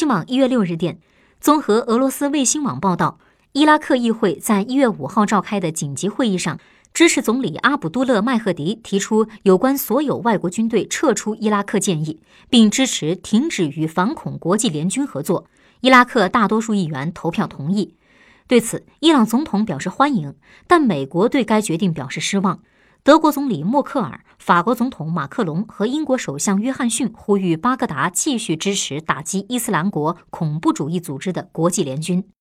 新网1月6日电，综合俄罗斯卫星网报道，伊拉克议会在1月5号召开的紧急会议上，支持总理阿卜杜勒·麦赫迪提出有关所有外国军队撤出伊拉克建议，并支持停止与反恐国际联军合作。伊拉克大多数议员投票同意。对此，伊朗总统表示欢迎，但美国对该决定表示失望。德国总理默克尔、法国总统马克龙和英国首相约翰逊呼吁巴格达继续支持打击伊斯兰国恐怖主义组织的国际联军。